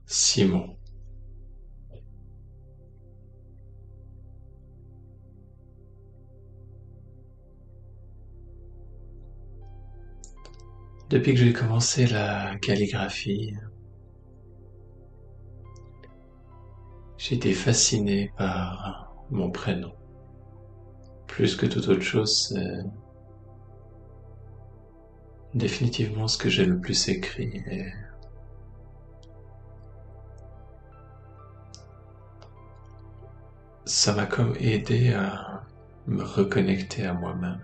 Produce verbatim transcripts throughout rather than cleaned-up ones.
Simon. Depuis que j'ai commencé la calligraphie, j'ai été fasciné par mon prénom. Plus que toute autre chose, c'est définitivement ce que j'ai le plus écrit et ça m'a comme aidé à me reconnecter à moi-même.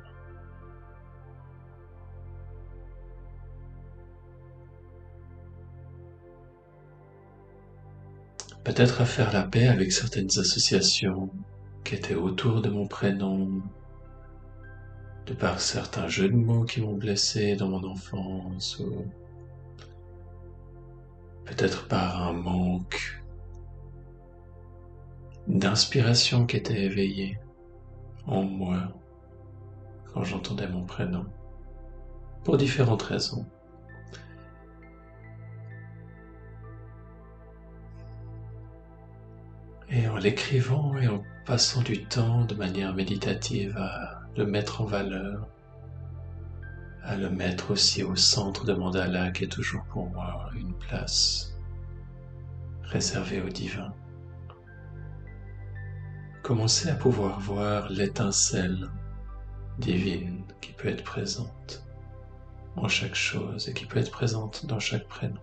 Peut-être à faire la paix avec certaines associations qui étaient autour de mon prénom, de par certains jeux de mots qui m'ont blessé dans mon enfance, ou peut-être par un manque d'inspiration qui était éveillée en moi quand j'entendais mon prénom, pour différentes raisons. Et en l'écrivant et en passant du temps de manière méditative à le mettre en valeur, à le mettre aussi au centre de Mandala qui est toujours pour moi une place réservée au divin. Commencer à pouvoir voir l'étincelle divine qui peut être présente en chaque chose et qui peut être présente dans chaque prénom.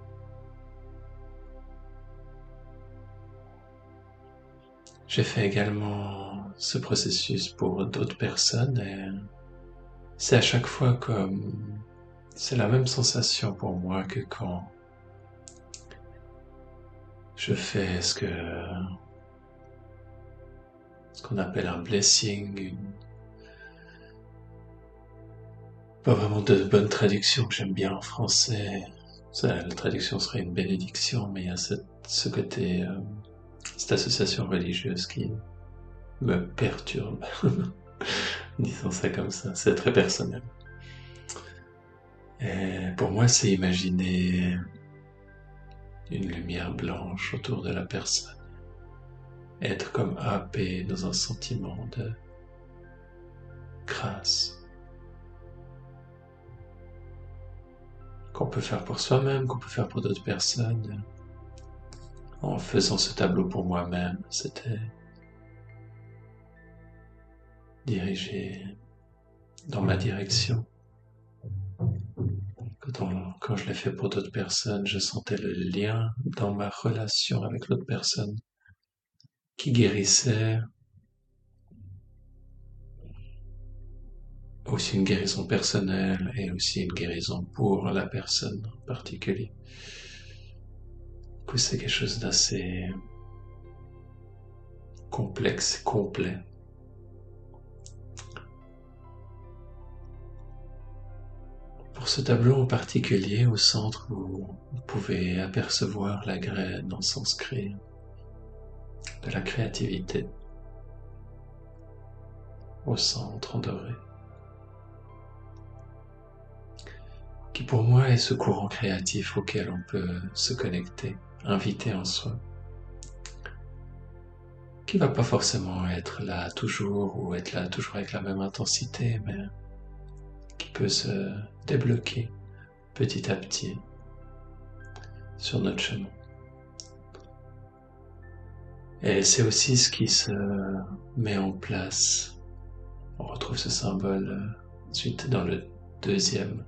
J'ai fait également ce processus pour d'autres personnes et c'est à chaque fois comme c'est la même sensation pour moi que quand je fais ce que ce qu'on appelle un blessing, une, pas vraiment de bonne traduction que j'aime bien en français. Ça, la traduction serait une bénédiction, mais il y a cette, ce côté, euh, cette association religieuse qui me perturbe. Disons ça comme ça, c'est très personnel. Et pour moi, c'est imaginer une lumière blanche autour de la personne. Être comme happé dans un sentiment de grâce qu'on peut faire pour soi-même, qu'on peut faire pour d'autres personnes. En faisant ce tableau pour moi-même, c'était dirigé dans ma direction. Quand, on, quand je l'ai fait pour d'autres personnes, je sentais le lien dans ma relation avec l'autre personne qui guérissait, aussi une guérison personnelle et aussi une guérison pour la personne en particulier. Du coup, c'est quelque chose d'assez complexe, complet. Pour ce tableau en particulier, au centre, vous pouvez apercevoir la graine en sanskrit de la créativité, au centre en doré, qui pour moi est ce courant créatif auquel on peut se connecter, inviter en soi, qui va pas forcément être là toujours ou être là toujours avec la même intensité, mais qui peut se débloquer petit à petit sur notre chemin. Et c'est aussi ce qui se met en place. On retrouve ce symbole ensuite dans le deuxième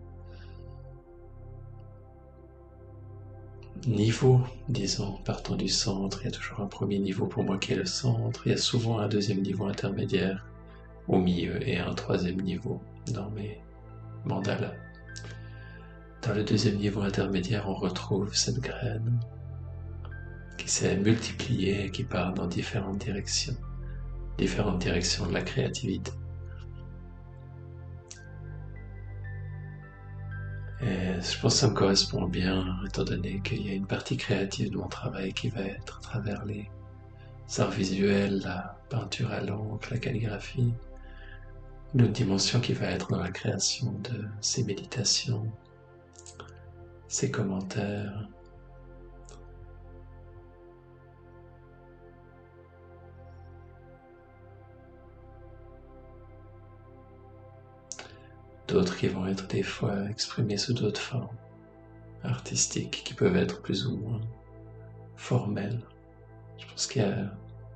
niveau, disons, partant du centre. Il y a toujours un premier niveau pour moi qui est le centre. Il y a souvent un deuxième niveau intermédiaire au milieu et un troisième niveau dans mes mandalas. Dans le deuxième niveau intermédiaire, on retrouve cette graine qui s'est multipliée et qui part dans différentes directions, différentes directions de la créativité. Et je pense que ça me correspond bien, étant donné qu'il y a une partie créative de mon travail qui va être à travers les arts visuels, la peinture à l'encre, la calligraphie, une autre dimension qui va être dans la création de ces méditations, ces commentaires, d'autres qui vont être des fois exprimés sous d'autres formes artistiques qui peuvent être plus ou moins formelles. Je pense qu'il y a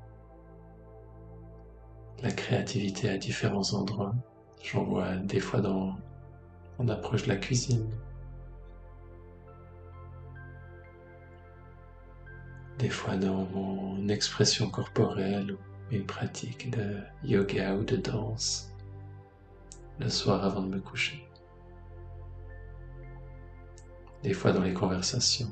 la créativité à différents endroits. J'en vois des fois dans mon approche de la cuisine, des fois dans mon expression corporelle ou mes pratiques de yoga ou de danse le soir avant de me coucher, des fois dans les conversations.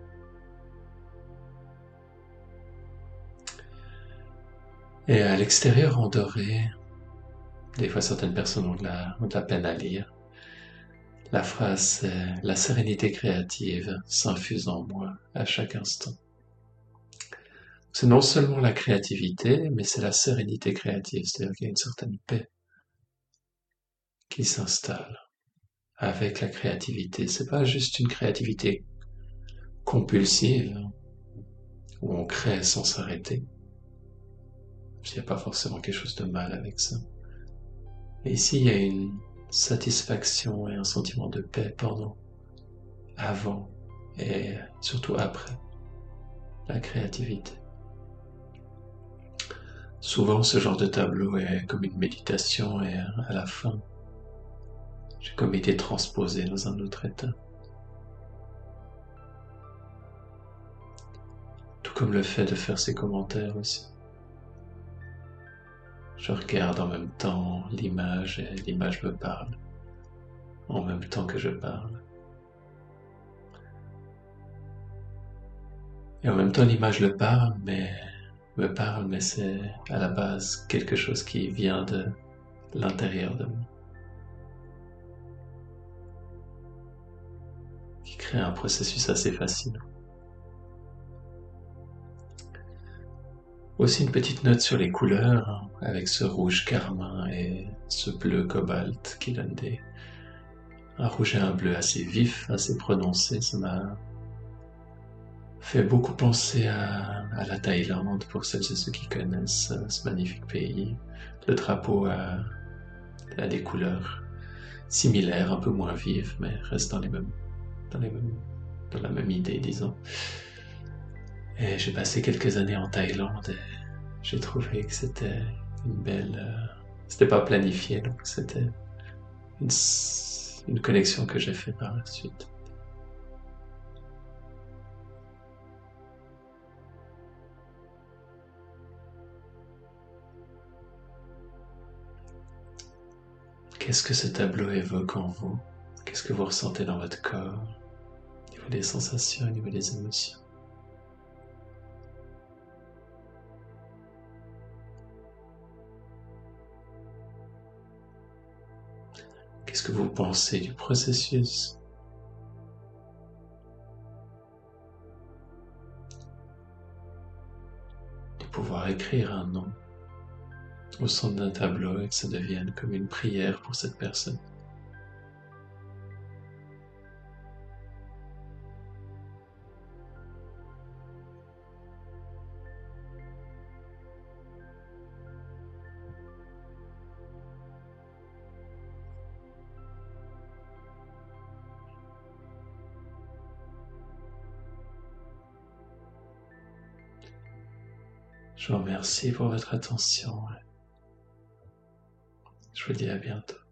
Et à l'extérieur, en doré, des fois certaines personnes ont de la, ont de la peine à lire. La phrase c'est « La sérénité créative s'infuse en moi à chaque instant ». C'est non seulement la créativité, mais c'est la sérénité créative, c'est-à-dire qu'il y a une certaine paix qui s'installe avec la créativité. C'est pas juste une créativité compulsive où on crée sans s'arrêter. Il n'y a pas forcément quelque chose de mal avec ça. Mais ici, il y a une satisfaction et un sentiment de paix pendant, avant et surtout après la créativité. Souvent, ce genre de tableau est comme une méditation et à la fin, j'ai comme été transposé dans un autre état. Tout comme le fait de faire ces commentaires aussi. Je regarde en même temps l'image et l'image me parle en même temps que je parle. Et en même temps l'image le parle, mais me parle, mais c'est à la base quelque chose qui vient de l'intérieur de moi, qui crée un processus assez fascinant. Aussi une petite note sur les couleurs, avec ce rouge carmin et ce bleu cobalt qui donne des, un rouge et un bleu assez vif, assez prononcé. Ça m'a fait beaucoup penser à, à la Thaïlande, pour celles et ceux qui connaissent ce magnifique pays. Le drapeau a, a des couleurs similaires, un peu moins vives, mais reste dans les mêmes, dans les mêmes, dans la même idée, disons. Et j'ai passé quelques années en Thaïlande et j'ai trouvé que c'était une belle... Euh, c'était pas planifié, donc c'était une, une connexion que j'ai faite par la suite. Qu'est-ce que ce tableau évoque en vous? Qu'est-ce que vous ressentez dans votre corps, au niveau des sensations, au niveau des émotions? Qu'est-ce que vous pensez du processus? De pouvoir écrire un nom au centre d'un tableau et que ça devienne comme une prière pour cette personne. Je vous remercie pour votre attention. Je vous dis à bientôt.